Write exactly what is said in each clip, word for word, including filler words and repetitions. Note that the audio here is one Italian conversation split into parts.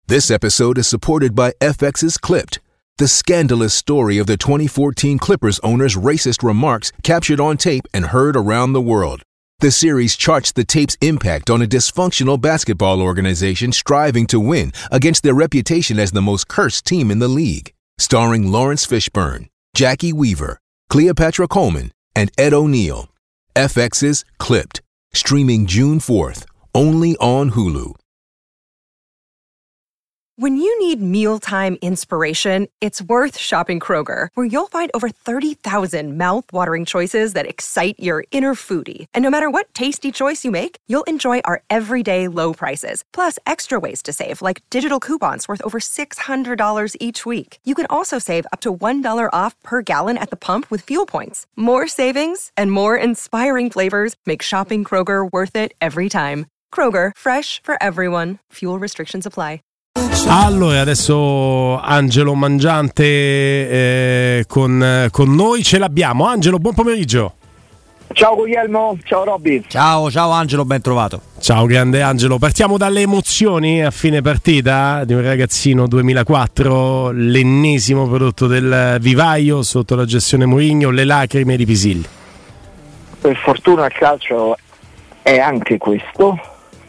This episode is supported by F X's Clipped, the scandalous story of the twenty fourteen Clippers owner's racist remarks captured on tape and heard around the world. The series charts the tape's impact on a dysfunctional basketball organization striving to win against their reputation as the most cursed team in the league. Starring Lawrence Fishburne, Jackie Weaver, Cleopatra Coleman, and Ed O'Neill. F X's Clipped, streaming June fourth, only on Hulu. When you need mealtime inspiration, it's worth shopping Kroger, where you'll find over thirty thousand mouth-watering choices that excite your inner foodie. And no matter what tasty choice you make, you'll enjoy our everyday low prices, plus extra ways to save, like digital coupons worth over six hundred dollars each week. You can also save up to one dollar off per gallon at the pump with fuel points. More savings and more inspiring flavors make shopping Kroger worth it every time. Kroger, fresh for everyone. Fuel restrictions apply. Allora, adesso Angelo Mangiante eh, con, con noi ce l'abbiamo. Angelo, buon pomeriggio. Ciao Guglielmo, ciao Robby. Ciao, ciao Angelo, ben trovato. Ciao grande Angelo, partiamo dalle emozioni a fine partita di un ragazzino duemilaquattro, l'ennesimo prodotto del vivaio sotto la gestione Mourinho, le lacrime di Pisilli. Per fortuna il calcio è anche questo,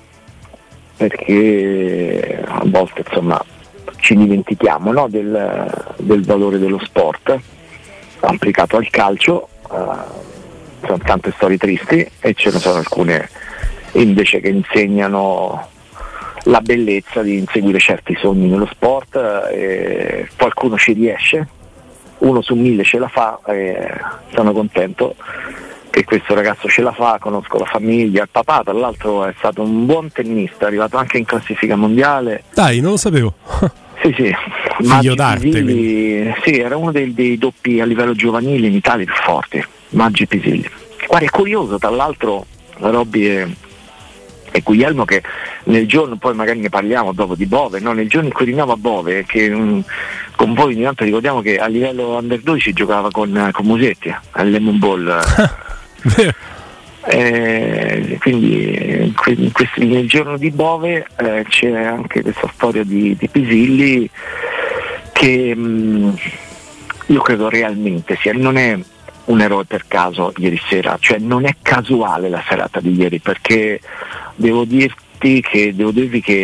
perché a volte insomma ci dimentichiamo, no, del, del valore dello sport applicato al calcio. Uh, sono tante storie tristi e ce ne sono alcune invece che insegnano la bellezza di inseguire certi sogni nello sport, e qualcuno ci riesce, uno su mille ce la fa, e sono contento che questo ragazzo ce la fa. Conosco la famiglia, il papà tra l'altro è stato un buon tennista, è arrivato anche in classifica mondiale. Dai, non lo sapevo. Sì, sì, figlio d'arte. Pisilli, sì, era uno dei, dei doppi a livello giovanile in Italia più forti, Maggi Pisilli. Guarda, è curioso tra l'altro Robby e, e Guglielmo, che nel giorno, poi magari ne parliamo dopo, di Bove, no? Nel giorno in cui rinnovo a Bove, che mh, con voi ogni tanto ricordiamo che a livello under dodici giocava con, con Musetti al Lemon Ball. Eh, quindi in questi, nel giorno di Bove eh, c'è anche questa storia di, di Pisilli che mh, io credo realmente sia, non è un eroe per caso ieri sera, cioè non è casuale la serata di ieri, perché devo dirti che devo dirvi che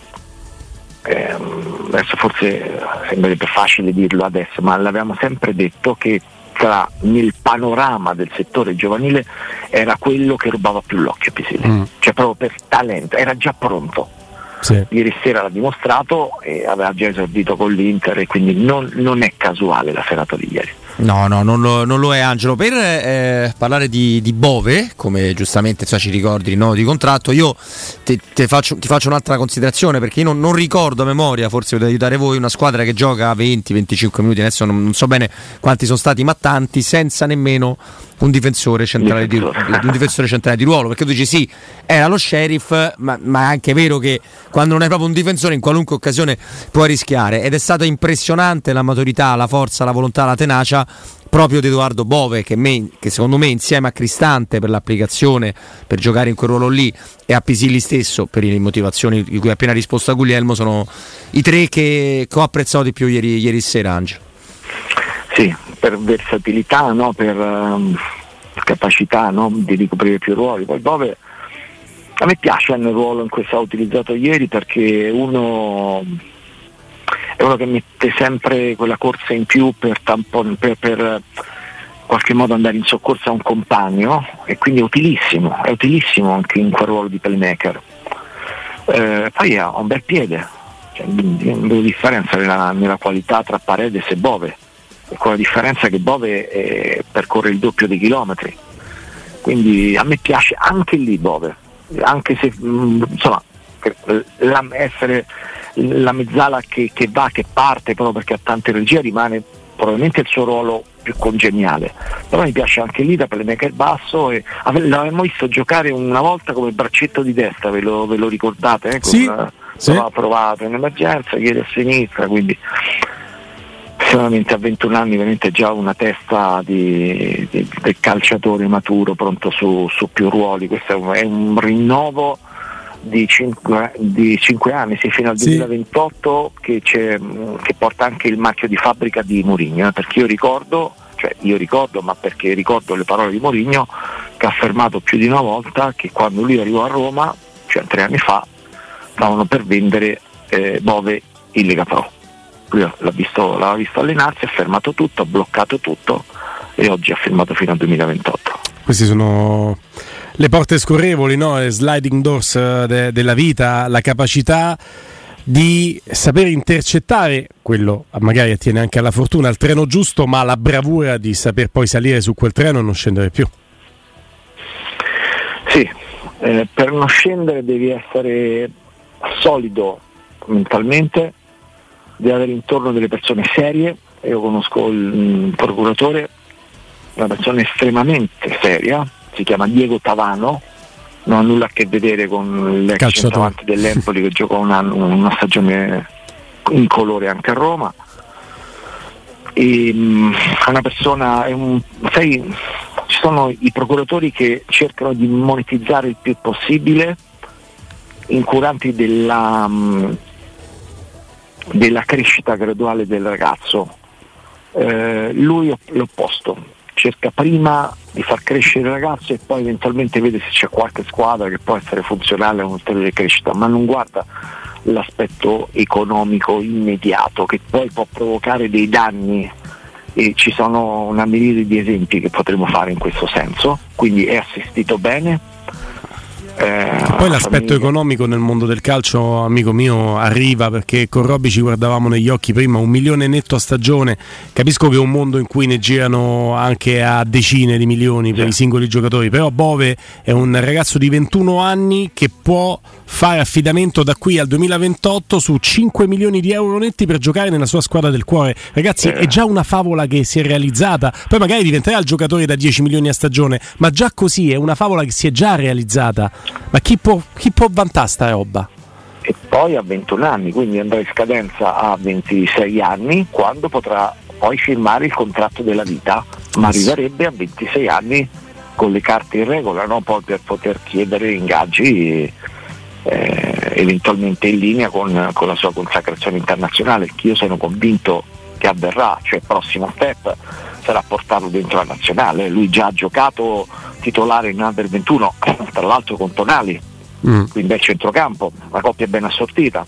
eh, adesso forse sembrerebbe facile dirlo adesso, ma l'avevamo sempre detto che tra, nel panorama del settore giovanile era quello che rubava più l'occhio Pisilli, mm. cioè proprio per talento, era già pronto. Sì. Ieri sera l'ha dimostrato e aveva già esordito con l'Inter, e quindi non, non è casuale la serata di ieri. No, no, non lo, non lo è, Angelo. Per eh, parlare di, di Bove, come giustamente so, ci ricordi il rinnovo di contratto, io te, te faccio, ti faccio un'altra considerazione, perché io non, non ricordo a memoria, forse potete aiutare voi, una squadra che gioca venti venticinque minuti, adesso non, non so bene quanti sono stati, ma tanti, senza nemmeno un difensore centrale di, un difensore centrale di ruolo, perché tu dici sì, era lo Sheriff, ma, ma è anche vero che quando non è proprio un difensore in qualunque occasione puoi rischiare, ed è stata impressionante la maturità, la forza, la volontà, la tenacia proprio di Edoardo Bove, che, me, che secondo me insieme a Cristante per l'applicazione, per giocare in quel ruolo lì, e a Pisilli stesso per le motivazioni di cui ha appena risposto a Guglielmo, sono i tre che, che ho apprezzato di più ieri, ieri sera, Angelo. Sì, per versatilità, no? Per um, capacità, no? Di ricoprire più ruoli. Poi Bove a me piace nel ruolo in cui è stato utilizzato ieri, perché uno è uno che mette sempre quella corsa in più per, tampon, per, per qualche modo andare in soccorso a un compagno, e quindi è utilissimo, è utilissimo anche in quel ruolo di playmaker. Eh, poi ha un bel piede, cioè, non vedo differenza nella, nella qualità tra Paredes e Bove, con la differenza che Bove eh, percorre il doppio dei chilometri, quindi a me piace anche lì Bove, anche se mh, insomma la, essere la mezzala che, che va, che parte proprio perché ha tanta energia, rimane probabilmente il suo ruolo più congeniale, però mi piace anche lì da playmaker basso, e l'avevamo visto giocare una volta come braccetto di destra, ve lo, ve lo ricordate? Eh? Con, sì, sì. L'aveva provato in emergenza, ieri a sinistra, quindi solamente a ventuno anni veramente già una testa di, di, del calciatore maturo, pronto su, su più ruoli. Questo è un, è un rinnovo di cinque, di cinque anni, sì, fino al sì. duemilaventotto, che, c'è, che porta anche il marchio di fabbrica di Mourinho, eh, perché io ricordo, cioè io ricordo, ma perché ricordo le parole di Mourinho, che ha affermato più di una volta che quando lui arrivò a Roma, cioè tre anni fa, stavano per vendere eh, Bove in Lega Pro. Lui l'ha visto, l'aveva visto allenarsi, ha fermato tutto, ha bloccato tutto e oggi ha firmato fino al duemilaventotto. Questi sono le porte scorrevoli, no? Le sliding doors de- della vita, la capacità di saper intercettare, quello magari attiene anche alla fortuna, il treno giusto, ma la bravura di saper poi salire su quel treno e non scendere più. Sì, eh, per non scendere devi essere solido mentalmente, devi avere intorno delle persone serie. Io conosco il procuratore, una persona estremamente seria, si chiama Diego Tavano, non ha nulla a che vedere con l'ex centravanti dell'Empoli che giocò una, una stagione in colore anche a Roma. E, um, è una persona, è un, sai, ci sono i procuratori che cercano di monetizzare il più possibile, incuranti della, um, della crescita graduale del ragazzo. Eh, lui è l'opposto, cerca prima di far crescere il ragazzo e poi eventualmente vede se c'è qualche squadra che può essere funzionale a un ulteriore crescita, ma non guarda l'aspetto economico immediato che poi può provocare dei danni, e ci sono una miriade di esempi che potremmo fare in questo senso. Quindi è assistito bene. Eh, poi l'aspetto famiglia. economico nel mondo del calcio, amico mio, arriva, perché con Robby ci guardavamo negli occhi prima, un milione netto a stagione. Capisco che è un mondo in cui ne girano anche a decine di milioni per sì. i singoli giocatori, però Bove è un ragazzo di ventuno anni che può fare affidamento da qui al duemilaventotto su cinque milioni di euro netti per giocare nella sua squadra del cuore. Ragazzi, eh. è già una favola che si è realizzata, poi magari diventerà il giocatore da dieci milioni a stagione, ma già così è una favola che si è già realizzata. Ma chi può, chi può vantare sta roba? E poi ha ventuno anni, quindi andrà in scadenza a ventisei anni, quando potrà poi firmare il contratto della vita, ma arriverebbe a ventisei anni con le carte in regola, no? Poi per poter chiedere ingaggi eh, eventualmente in linea con, con la sua consacrazione internazionale, che io sono convinto che avverrà, cioè il prossimo step sarà portarlo dentro la nazionale. Lui già ha giocato titolare in Under ventuno, tra l'altro con Tonali, mm. quindi è centrocampo, la coppia è ben assortita,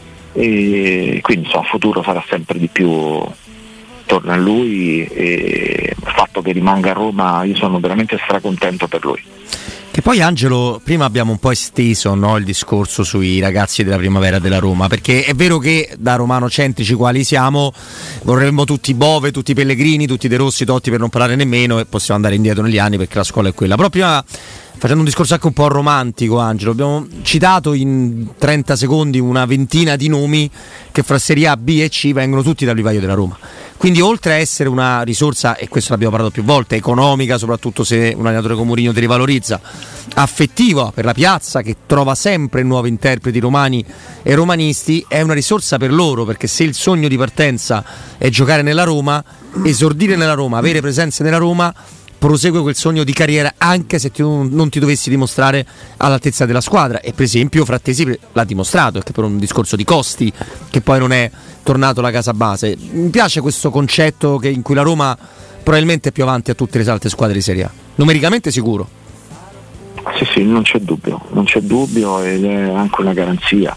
e quindi insomma il futuro sarà sempre di più attorno a lui, e il fatto che rimanga a Roma io sono veramente stracontento per lui. Che poi, Angelo, prima abbiamo un po' esteso, no, il discorso sui ragazzi della primavera della Roma, perché è vero che da romanocentrici quali siamo vorremmo tutti Bove, tutti Pellegrini, tutti De Rossi, Totti, per non parlare nemmeno, e possiamo andare indietro negli anni perché la scuola è quella. Però prima, facendo un discorso anche un po' romantico, Angelo, abbiamo citato in trenta secondi una ventina di nomi che fra Serie A, B e C vengono tutti dal vivaio della Roma. Quindi oltre a essere una risorsa, e questo l'abbiamo parlato più volte, economica, soprattutto se un allenatore come Mourinho ti rivalorizza, affettiva per la piazza che trova sempre nuovi interpreti romani e romanisti, è una risorsa per loro, perché se il sogno di partenza è giocare nella Roma, esordire nella Roma, avere presenze nella Roma, prosegue quel sogno di carriera anche se ti, non ti dovessi dimostrare all'altezza della squadra. E per esempio Frattesi l'ha dimostrato, che per un discorso di costi che poi non è tornato alla casa base. Mi piace questo concetto che in cui la Roma probabilmente è più avanti a tutte le altre squadre di Serie A, numericamente sicuro. Sì sì, non c'è dubbio, non c'è dubbio, ed è anche una garanzia,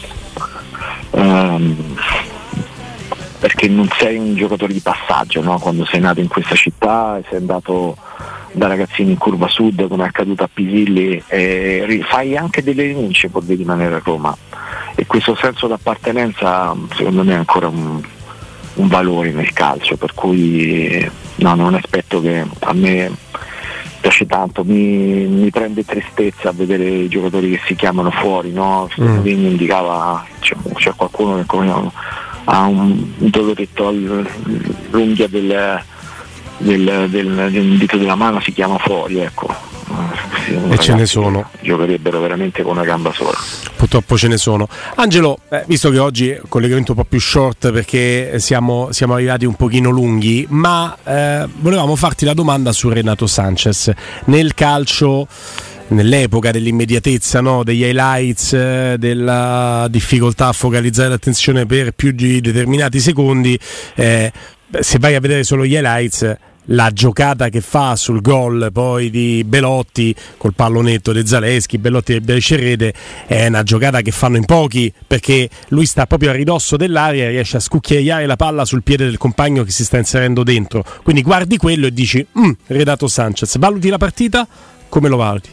um, perché non sei un giocatore di passaggio, no? Quando sei nato in questa città e sei andato da ragazzini in curva sud come è accaduto a Pisilli, e fai anche delle rinunce pur di rimanere a Roma, e questo senso d'appartenenza secondo me è ancora un, un valore nel calcio, per cui no, non aspetto, che a me piace tanto, mi, mi prende tristezza a vedere i giocatori che si chiamano fuori, no? Mm. Mi indicava, c'è, c'è qualcuno che come ha un doloretto all'unghia del, del, del, del dito della mano, si chiama fuori, ecco. E ce ne sono, giocherebbero veramente con una gamba sola. Purtroppo ce ne sono. Angelo, eh, visto che oggi è un collegamento un po' più short perché siamo, siamo arrivati un pochino lunghi, ma eh, volevamo farti la domanda su Renato Sanchez. Nel calcio nell'epoca dell'immediatezza, no? Degli highlights, eh, della difficoltà a focalizzare l'attenzione per più di determinati secondi, eh, se vai a vedere solo gli highlights, la giocata che fa sul gol poi di Belotti col pallonetto di Zaleschi, Belotti e Becerrede, è una giocata che fanno in pochi, perché lui sta proprio a ridosso dell'area e riesce a scucchiaiare la palla sul piede del compagno che si sta inserendo dentro, quindi guardi quello e dici mm, Renato Sanchez. Valuti la partita, come lo valuti?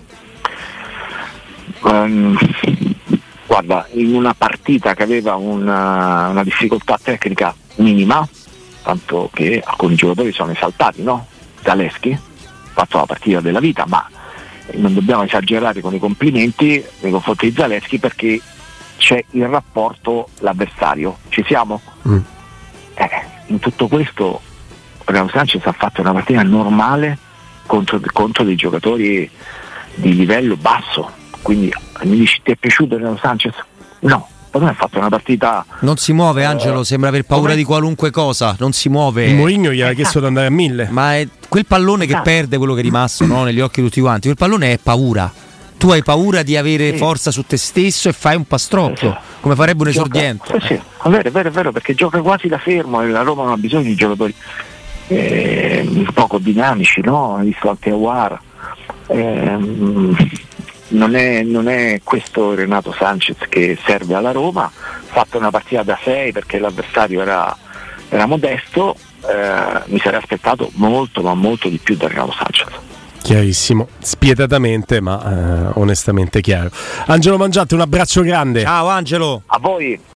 Um, guarda, in una partita che aveva una, una difficoltà tecnica minima, tanto che alcuni giocatori sono esaltati, no? Zaleschi ha fatto la partita della vita, ma non dobbiamo esagerare con i complimenti nei confronti di Zaleschi, perché c'è il rapporto l'avversario. Ci siamo? Mm. Eh, in tutto questo Renato Sanchez ha fatto una partita normale contro, contro dei giocatori di livello basso, quindi mi dici ti è piaciuto Renato Sanchez? No. Per me ha fatto una partita. Non si muove, Angelo, sembra per paura come? Di qualunque cosa, non si muove. Il Mourinho gli ha chiesto di andare a mille. Ma è quel pallone che perde, quello che è rimasto, no? Negli occhi di tutti quanti, quel pallone è paura. Tu hai paura di avere sì. forza su te stesso e fai un pastrocchio, sì, sì. come farebbe un esordiente. Sì, sì. È vero, è vero, è vero, perché gioca quasi da fermo e la Roma non ha bisogno di giocatori eh, poco dinamici, no? Hai visto anche Aouar. Eh, Non è, non è questo Renato Sanchez che serve alla Roma. Ha fatto una partita da sei perché l'avversario era, era modesto, eh, mi sarei aspettato molto ma molto di più da Renato Sanchez. Chiarissimo, spietatamente ma eh, onestamente chiaro. Angelo Mangiante, un abbraccio grande. Ciao Angelo. A voi.